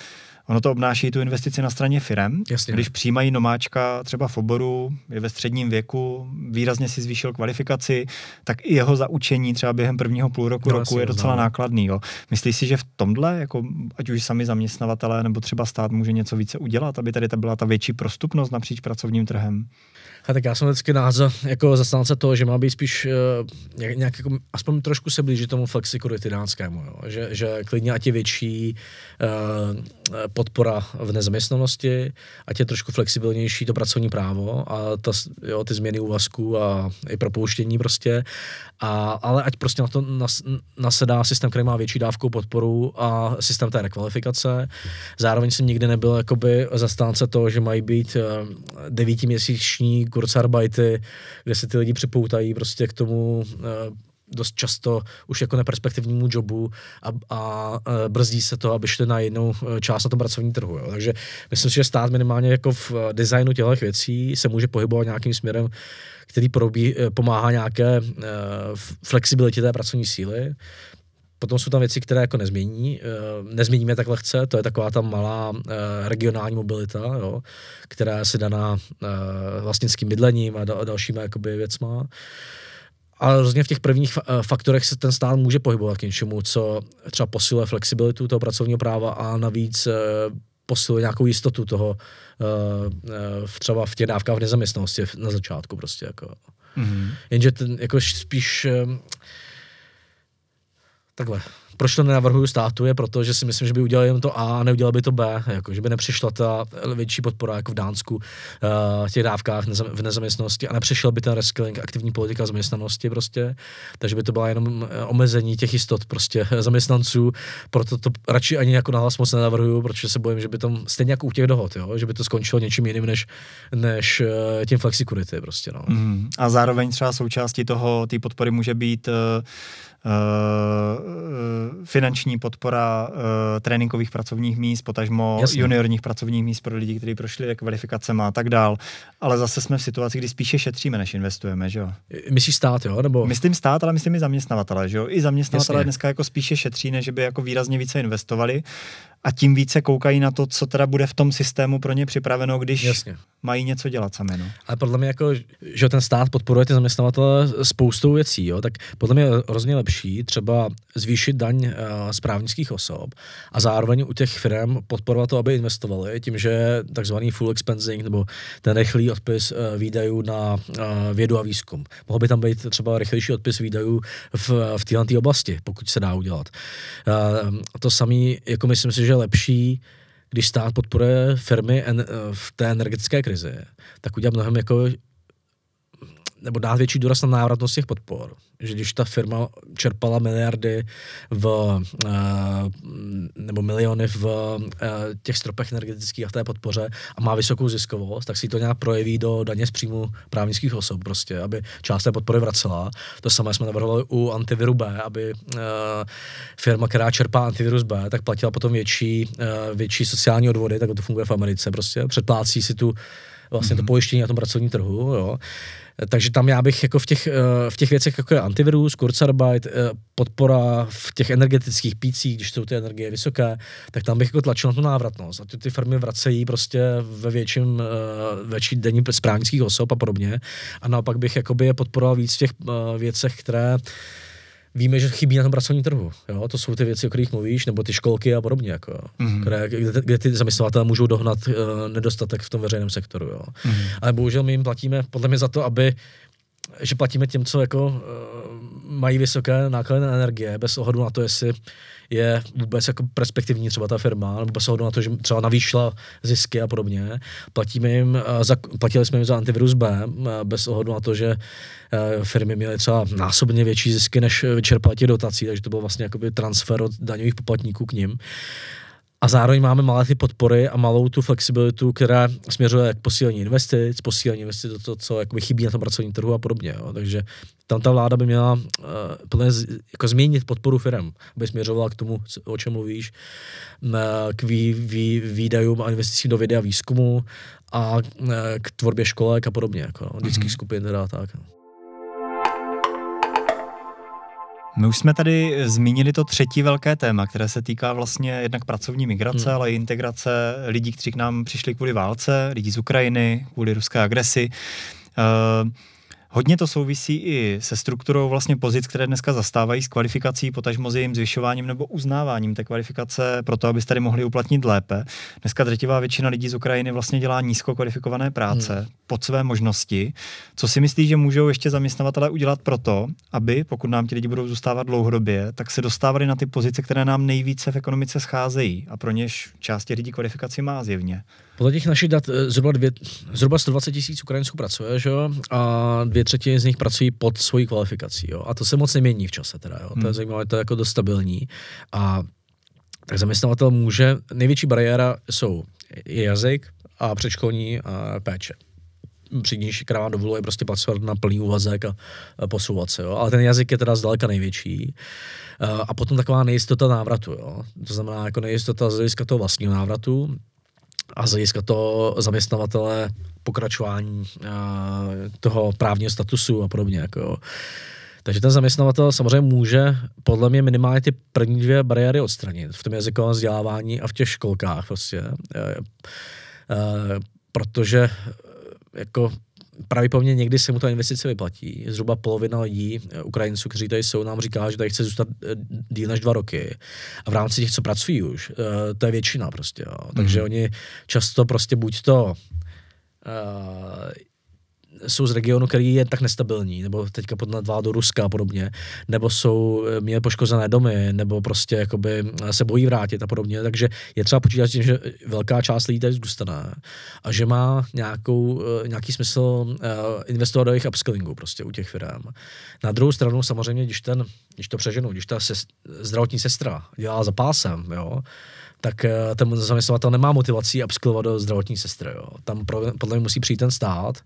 ono to obnáší tu investici na straně firem. Jasně. Když přijímají nováčka třeba v oboru, je ve středním věku, výrazně si zvýšil kvalifikaci, tak i jeho zaučení třeba během prvního půlroku roku je docela nákladný. Jo. Myslíš si, že v tomhle, jako ať už sami zaměstnavatelé nebo třeba stát může něco více udělat, aby tady byla ta větší prostupnost napříč pracovním trhem? A tak já jsem vždycky názor jako zastánce toho, že má být spíš nějak jako, aspoň trošku se blížit tomu flexicurity dánskému, jo? Že klidně ať je větší podpora v nezaměstnanosti, ať je trošku flexibilnější to pracovní právo a ty změny úvazků a i propouštění prostě, ale ať prostě na to nasedá systém, který má větší dávkou podporu a systém té rekvalifikace. Zároveň jsem nikdy nebyl jakoby zastánce toho, že mají být 9měsíční kurzarbeity, kde se ty lidi připoutají prostě k tomu dost často už jako neperspektivnímu jobu a brzdí se to, aby šli na jednou část na tom pracovním trhu. Jo. Takže myslím si, že stát minimálně jako v designu těchto věcí se může pohybovat nějakým směrem, který pomáhá nějaké flexibilitě té pracovní síly. Potom jsou tam věci, které jako nezměníme tak lehce, to je taková ta malá regionální mobilita, jo, která je si daná vlastnickým bydlením a dalšími jakoby věcma. Ale rozhodně v těch prvních faktorech se ten stát může pohybovat k něčemu, co třeba posiluje flexibilitu toho pracovního práva a navíc posiluje nějakou jistotu toho třeba v těch dávkách v nezaměstnanosti na začátku prostě jako. Mm-hmm. Jenže ten jako spíš takhle. Proč to nenavrhuju státu je proto, že si myslím, že by udělali jen to A a neudělali by to B, jako, že by nepřišla ta větší podpora jako v Dánsku v těch dávkách v nezaměstnanosti a nepřišel by ten reskilling, aktivní politika zaměstnanosti prostě, takže by to byla jenom omezení těch jistot prostě zaměstnanců, proto to radši ani jako nahlas moc nenavrhuju, protože se bojím, že by tam stejně jako u těch dohod, jo, že by to skončilo něčím jiným než tím flexicurity prostě, no. A zároveň třeba součástí té podpory může být finanční podpora tréninkových pracovních míst, potažmo juniorních pracovních míst pro lidi, kteří prošli rekvalifikacemi a tak dál. Ale zase jsme v situaci, kdy spíše šetříme, než investujeme, že jo? Myslíš stát, jo? Nebo... Myslím stát, ale myslím i zaměstnavatele, že jo? I zaměstnavatelé dneska jako spíše šetří, než by jako výrazně více investovali a tím více koukají na to, co teda bude v tom systému pro ně připraveno, když mají něco dělat sami, no. Ale podle mě jako, že ten stát podporuje ty zaměstnavatele spoustou věcí, jo? Tak podle mě je hrozně lepší třeba zvýšit daň z právnických osob a zároveň u těch firm podporovat to, aby investovali tím, že takzvaný full expensing nebo ten rychlý odpis výdajů na vědu a výzkum. Mohl by tam být třeba rychlejší odpis výdajů v této oblasti, pokud se dá udělat. To samé, jako myslím si, že je lepší, když stát podporuje firmy v té energetické krizi, tak udělat mnohem jako nebo dát větší důraz na návratnost těch podpor. Že když ta firma čerpala miliardy nebo miliony v těch stropech energetických a v té podpoře a má vysokou ziskovost, tak si to nějak projeví do daně z příjmu právnických osob prostě, aby část té podpory vracela. To samé jsme navrhovali u antiviru B, aby firma, která čerpá antivirus B, tak platila potom větší sociální odvody, tak to funguje v Americe prostě, předplácí si vlastně to pojištění na tom pracovním trhu, jo. Takže tam já bych jako v těch věcech, jako je antivirus, Kurzarbeit, podpora v těch energetických pících, když jsou ty energie vysoké, tak tam bych jako tlačil na tu návratnost. A ty firmy vracejí prostě ve větší denní z právnických osob a podobně. A naopak bych jakoby je podporoval víc v těch věcech, které víme, že chybí na tom pracovním trhu. Jo? To jsou ty věci, o kterých mluvíš, nebo ty školky a podobně, jako, kde ty zaměstnavatelé můžou dohnat nedostatek v tom veřejném sektoru. Jo? Ale bohužel my jim platíme podle mě za to, že platíme těm, co jako mají vysoké náklady na energie, bez ohledu na to, jestli je vůbec jako perspektivní třeba ta firma, nebo bez ohledu na to, že třeba navýšila zisky a podobně. Platili jsme jim za antivirus B, bez ohledu na to, že firmy měly třeba násobně větší zisky, než vyčerpali těch dotací, takže to byl vlastně jakoby transfer od daňových poplatníků k nim. A zároveň máme malé ty podpory a malou tu flexibilitu, která směřuje k posílení investic do toho, co jakoby chybí na tom pracovním trhu a podobně. Jo. Takže tam ta vláda by měla plně jako změnit podporu firem, aby směřovala k tomu, o čem mluvíš, k výdajům a investicím do vědy a výzkumu a k tvorbě školek a podobně, jako dětských skupin teda tak. My už jsme tady zmínili to třetí velké téma, které se týká vlastně jednak pracovní migrace, ale i integrace lidí, kteří k nám přišli kvůli válce, lidí z Ukrajiny, kvůli ruské agresi. Hodně to souvisí i se strukturou vlastně pozic, které dneska zastávají, s kvalifikací, potažmo s jejím zvyšováním nebo uznáváním té kvalifikace pro to, abyste tady mohli uplatnit lépe. Dneska drtivá většina lidí z Ukrajiny vlastně dělá nízko kvalifikované práce pod své možnosti. Co si myslíš, že můžou ještě zaměstnavatelé udělat proto, aby, pokud nám ti lidi budou zůstávat dlouhodobě, tak se dostávali na ty pozice, které nám nejvíce v ekonomice scházejí a pro něž část těch lidí kvalifikaci má zjevně? Podle těch našich dat zhruba 120 000 Ukrajinců pracuje, že jo? A 2/3 z nich pracují pod svojí kvalifikací. Jo? A to se moc nemění v čase. Teda, jo? To je zajímavé, to je jako dost stabilní. A tak zaměstnavatel může, největší bariéra jsou jazyk a předškolní a péče. Při níž, která vám dovoluje prostě pracovat na plný úvazek a posouvat se. Jo? Ale ten jazyk je teda zdaleka největší. A potom taková nejistota návratu. Jo? To znamená jako nejistota z hlediska toho vlastního návratu a z hlediska toho zaměstnavatele pokračování toho právního statusu a podobně. Jako. Takže ten zaměstnavatel samozřejmě může podle mě minimálně ty první dvě bariéry odstranit v tom jazykovém vzdělávání a v těch školkách prostě. Protože jako pravděpodobně někdy se mu ta investice vyplatí. Zhruba polovina lidí, Ukrajinců, kteří tady jsou, nám říká, že tady chce zůstat díl než 2 roky. A v rámci těch, co pracují už, to je většina prostě. Jo. Takže oni často prostě buď to jsou z regionu, který je tak nestabilní, nebo teďka pod nadvládou Ruska a podobně, nebo měli poškozené domy, nebo prostě jakoby se bojí vrátit a podobně, takže je třeba počítat s tím, že velká část lidí tady zůstane a že má nějaký smysl investovat do jejich upskillingu prostě u těch firm. Na druhou stranu samozřejmě, když to přeženu, když ta zdravotní sestra dělá za pásem, jo, tak ten zaměstnavatel nemá motivací upskillovat do zdravotní sestry. Jo. Tam podle mě musí přijít ten stát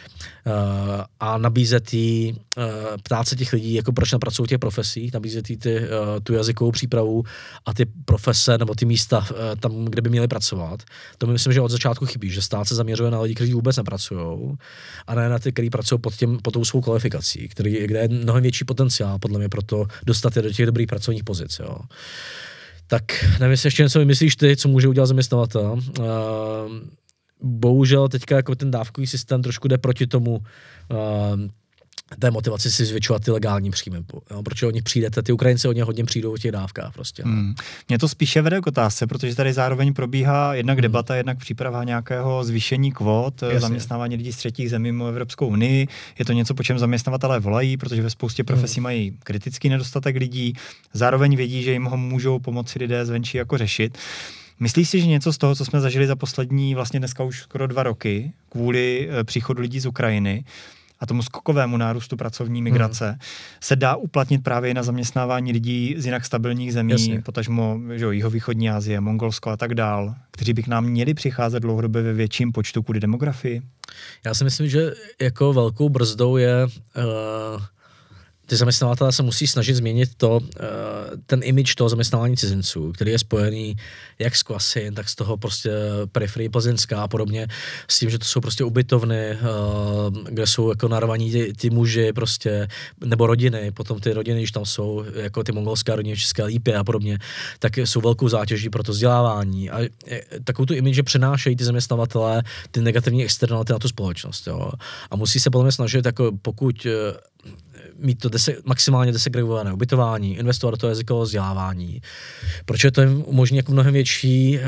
a nabízet jí, ptát se těch lidí, jako proč nepracují v těch profesích, nabízet jí tu jazykovou přípravu a ty profese nebo ty místa tam, kde by měli pracovat. To mi myslím, že od začátku chybí, že stát se zaměřuje na lidi, kteří vůbec nepracují a ne na ty, kteří pracují pod tou svou kvalifikací, kde je mnohem větší potenciál podle mě pro to dostat je do těch dobrých pracovních pozic. Jo. Tak nevím, jestli ještě něco vymyslíš ty, co může udělat zaměstnavatel. Bohužel teďka jako ten dávkový systém trošku jde proti tomu té motivaci si zvětšovat ty legální příjmy. Protože o nich přijdete, ty Ukrajinci hodně přijdou v těch dávkách prostě. Mě to spíše vede k otázce, protože tady zároveň probíhá jednak debata, jednak příprava nějakého zvýšení kvót, zaměstnávání lidí z třetích zemí mimo Evropskou unii. Je to něco, po čem zaměstnavatelé volají, protože ve spoustě profesí mají kritický nedostatek lidí. Zároveň vědí, že jim ho můžou pomoci lidé zvenčí jako řešit. Myslíš si, že něco z toho, co jsme zažili za poslední vlastně dneska už skoro 2 roky kvůli příchodu lidí z Ukrajiny a tomu skokovému nárůstu pracovní migrace se dá uplatnit právě na zaměstnávání lidí z jinak stabilních zemí, potažmo jihovýchodní Asie, Mongolsko a tak dál, kteří by k nám měli přicházet dlouhodobě ve větším počtu kvůli demografii? Já si myslím, že jako velkou brzdou je ty zaměstnavatelé se musí snažit změnit ten image toho zaměstnávání cizinců, který je spojený jak s Kvasin, tak z toho prostě periferii Plzeňská a podobně, s tím, že to jsou prostě ubytovny, kde jsou jako narvaní ty muži prostě, nebo rodiny, potom ty rodiny, když tam jsou, jako ty mongolské rodiny v České Lípě a podobně, tak jsou velkou zátěží pro to vzdělávání. A takovou tu image přenášejí ty zaměstnavatelé ty negativní externality na tu společnost. Jo. A musí se podle mě snažit, jako pokud mít to maximálně desegregované ubytování, investovat do toho jazykového vzdělávání, protože to jim umožní jako mnohem větší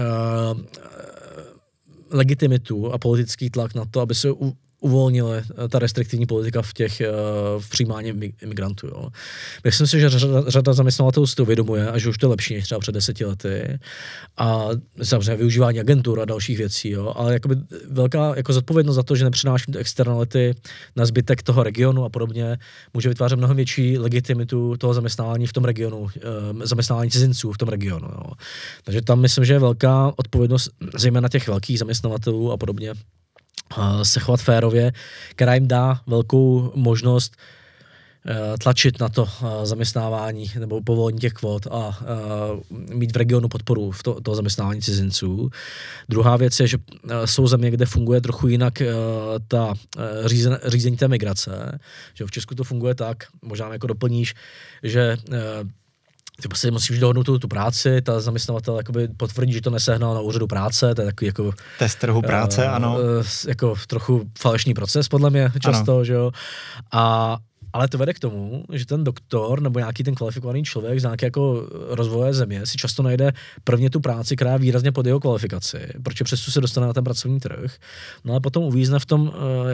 legitimitu a politický tlak na to, aby se uvolnila ta restriktivní politika v přijímání imigrantů. Jo. Myslím si, že řada zaměstnavatelů si to uvědomuje a že už to je lepší než třeba před 10 lety. A samozřejmě využívání agentur a dalších věcí. Jo. Ale jakoby velká jako zodpovědnost za to, že nepřináším externality na zbytek toho regionu a podobně, může vytvářet mnohem větší legitimitu toho zaměstnávání v tom regionu, zaměstnávání cizinců v tom regionu. Jo. Takže tam myslím, že je velká odpovědnost zejména těch velkých zaměstnavatelů a podobně, se chovat férově, která jim dá velkou možnost tlačit na to zaměstnávání nebo povolení těch kvót a mít v regionu podporu v toho zaměstnávání cizinců. Druhá věc je, že jsou země, kde funguje trochu jinak ta řízení té migrace. Že v Česku to funguje tak, možná jako doplníš, že ty prostě musíš dohodnout tu práci, ta zaměstnavatel jakoby potvrdí, že to nesehnal na úřadu práce, to je takový jako test trhu práce, ano. Jako trochu falešný proces, podle mě často, ano. Že jo. Ale to vede k tomu, že ten doktor nebo nějaký ten kvalifikovaný člověk z nějaké jako rozvoje země si často najde prvně tu práci, která je výrazně pod jeho kvalifikaci, protože přesto se dostane na ten pracovní trh, no ale potom uvízne v tom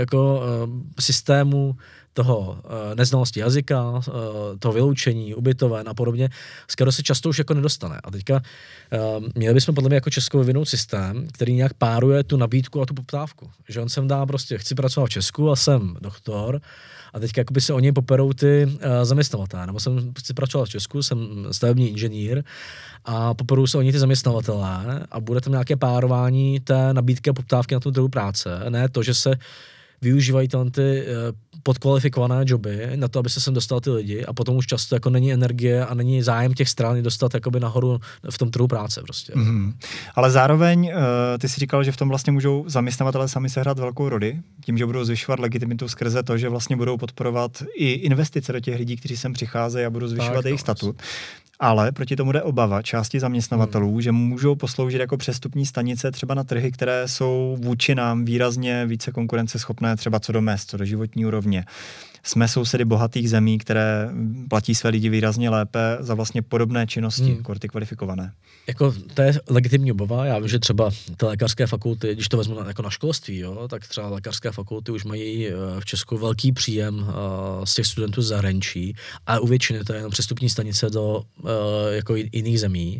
systému toho neznalosti jazyka, toho vyloučení, ubytoven a podobně, z kterého se často už jako nedostane. A teďka měli bychom podle mě jako Česko vyvinout systém, který nějak páruje tu nabídku a tu poptávku. Že on sem dá prostě, chci pracovat v Česku a jsem doktor, a teďka jakoby se o něj poperou ty zaměstnavatelé. Nebo jsem chci pracovat v Česku, jsem stavební inženýr a poperou se o něj ty zaměstnavatelé a bude tam nějaké párování té nabídky a poptávky na tu trhu práce. Ne to, že se využívají tam ty podkvalifikované joby na to, aby se sem dostal ty lidi a potom už často jako není energie a není zájem těch stran dostat jakoby nahoru v tom trhu práce prostě. Mm-hmm. Ale zároveň ty si říkal, že v tom vlastně můžou zaměstnavatelé sami sehrát velkou roli, tím, že budou zvyšovat legitimitu skrze to, že vlastně budou podporovat i investice do těch lidí, kteří sem přicházejí a budou zvyšovat jejich statut. Ale proti tomu jde obava části zaměstnavatelů, že můžou posloužit jako přestupní stanice třeba na trhy, které jsou vůči nám výrazně více konkurenceschopné, třeba co do mezd, co do životní úrovně. Jsme sousedy bohatých zemí, které platí své lidi výrazně lépe za vlastně podobné činnosti, ty kvalifikované. Jako to je legitimní obava. Já vím, že třeba ty lékařské fakulty, když to vezmu jako na školství, jo, tak třeba lékařské fakulty už mají v Česku velký příjem z těch studentů z zahraničí, a u většiny to je jenom přestupní stanice do jako jiných zemí.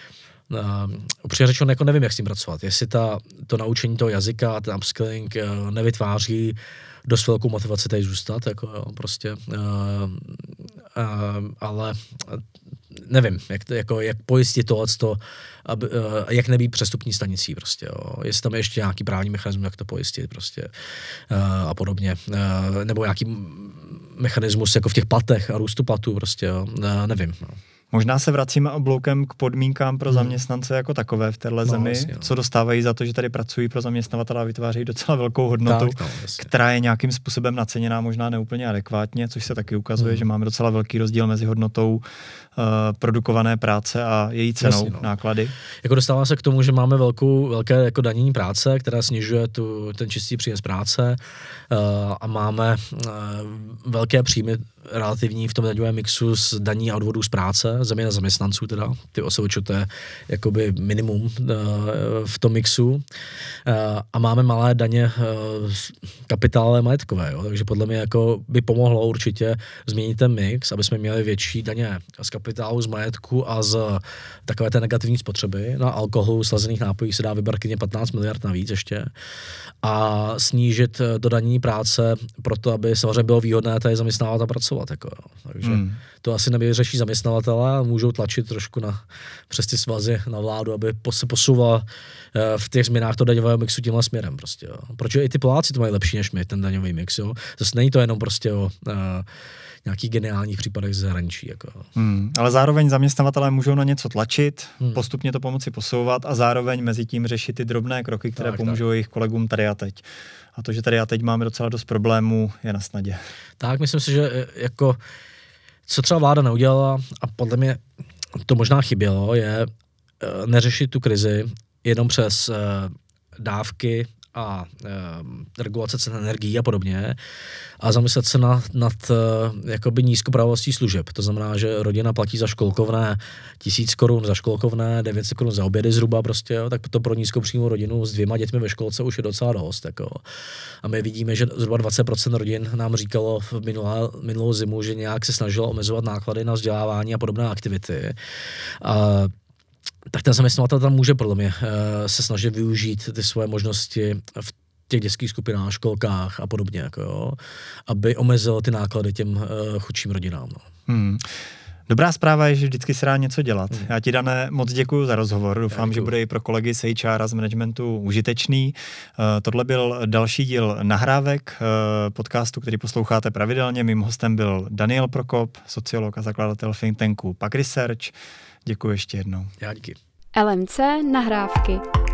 Upřímně řečeno, jako nevím, jak s tím pracovat. Jestli to naučení toho jazyka, ten upskilling nevytváří dost velkou motivaci tady zůstat, jako jo, prostě, ale nevím, jak pojistit tohleto, jak nebýt přestupní stanicí prostě, jo. Jestli tam je ještě nějaký právní mechanismus, jak to pojistit prostě a podobně, nebo nějaký mechanismus jako v těch platech a růstu platů prostě, jo. Nevím, no. Možná se vracíme obloukem k podmínkám pro zaměstnance jako takové v téhle zemi, vlastně, co dostávají za to, že tady pracují pro zaměstnavatele a vytvářejí docela velkou hodnotu, která je nějakým způsobem naceněná možná neúplně adekvátně, což se taky ukazuje, že máme docela velký rozdíl mezi hodnotou produkované práce a její cenou, náklady. Jako dostává se k tomu, že máme velké jako danění práce, která snižuje ten čistý příjem z práce a máme velké příjmy relativní v tom daňovém mixu z daní a odvodů z práce, země na zaměstnanců teda, ty OSVČ, to je jakoby minimum v tom mixu a máme malé daně kapitálové majetkové, jo? Takže podle mě jako by pomohlo určitě změnit ten mix, aby jsme měli větší daně z kapitálu, z majetku a z takové té negativní spotřeby. Na alkoholu, slazených nápojích se dá vybrat klidně 15 miliard navíc ještě a snížit to danění práce proto, aby samozřejmě bylo výhodné tady zaměstnávat a pracovat. Jako, takže to asi nevyřeší zaměstnavatele a můžou tlačit trošku přes ty svazy na vládu, aby se posouvala v těch změnách toho daňového mixu tímhle směrem. Prostě, jo. Protože i ty Poláci to mají lepší než my, ten daňový mix. Jo. Zase není to jenom prostě o nějakých geniálních případech z zahraničí. Jako. Ale zároveň zaměstnavatelé můžou na něco tlačit, postupně to pomoci posouvat a zároveň mezi tím řešit ty drobné kroky, které pomůžou jejich kolegům tady a teď. A to, že tady a teď máme docela dost problémů, je na snadě. Tak, myslím si, že jako co třeba vláda neudělala a podle mě to možná chybělo, je neřešit tu krizi jenom přes dávky a regulace cen energií a podobně a zamyslet se nad jakoby nízkopravostí služeb. To znamená, že rodina platí za školkovné 1000 korun za školkovné, 900 korun za obědy zhruba prostě, jo, tak to pro nízkopříjmovou rodinu s 2 dětmi ve školce už je docela dost. Jako. A my vidíme, že zhruba 20% rodin nám říkalo v minulou zimu, že nějak se snažilo omezovat náklady na vzdělávání a podobné aktivity. Tak ten zaměstnavatel tam může podle mě se snažit využít ty svoje možnosti v těch dětských skupinách, školkách a podobně, jako jo, aby omezil ty náklady těm chudším rodinám. No. Dobrá zpráva je, že vždycky se dá něco dělat. Já ti, Dané, moc děkuji za rozhovor. Doufám, že bude i pro kolegy z HR a z managementu užitečný. Tohle byl další díl Nahrávek podcastu, který posloucháte pravidelně. Mým hostem byl Daniel Prokop, sociolog a zakladatel think tanku PAK Research. Děkuji ještě jednou. Já díky. LMC Nahrávky.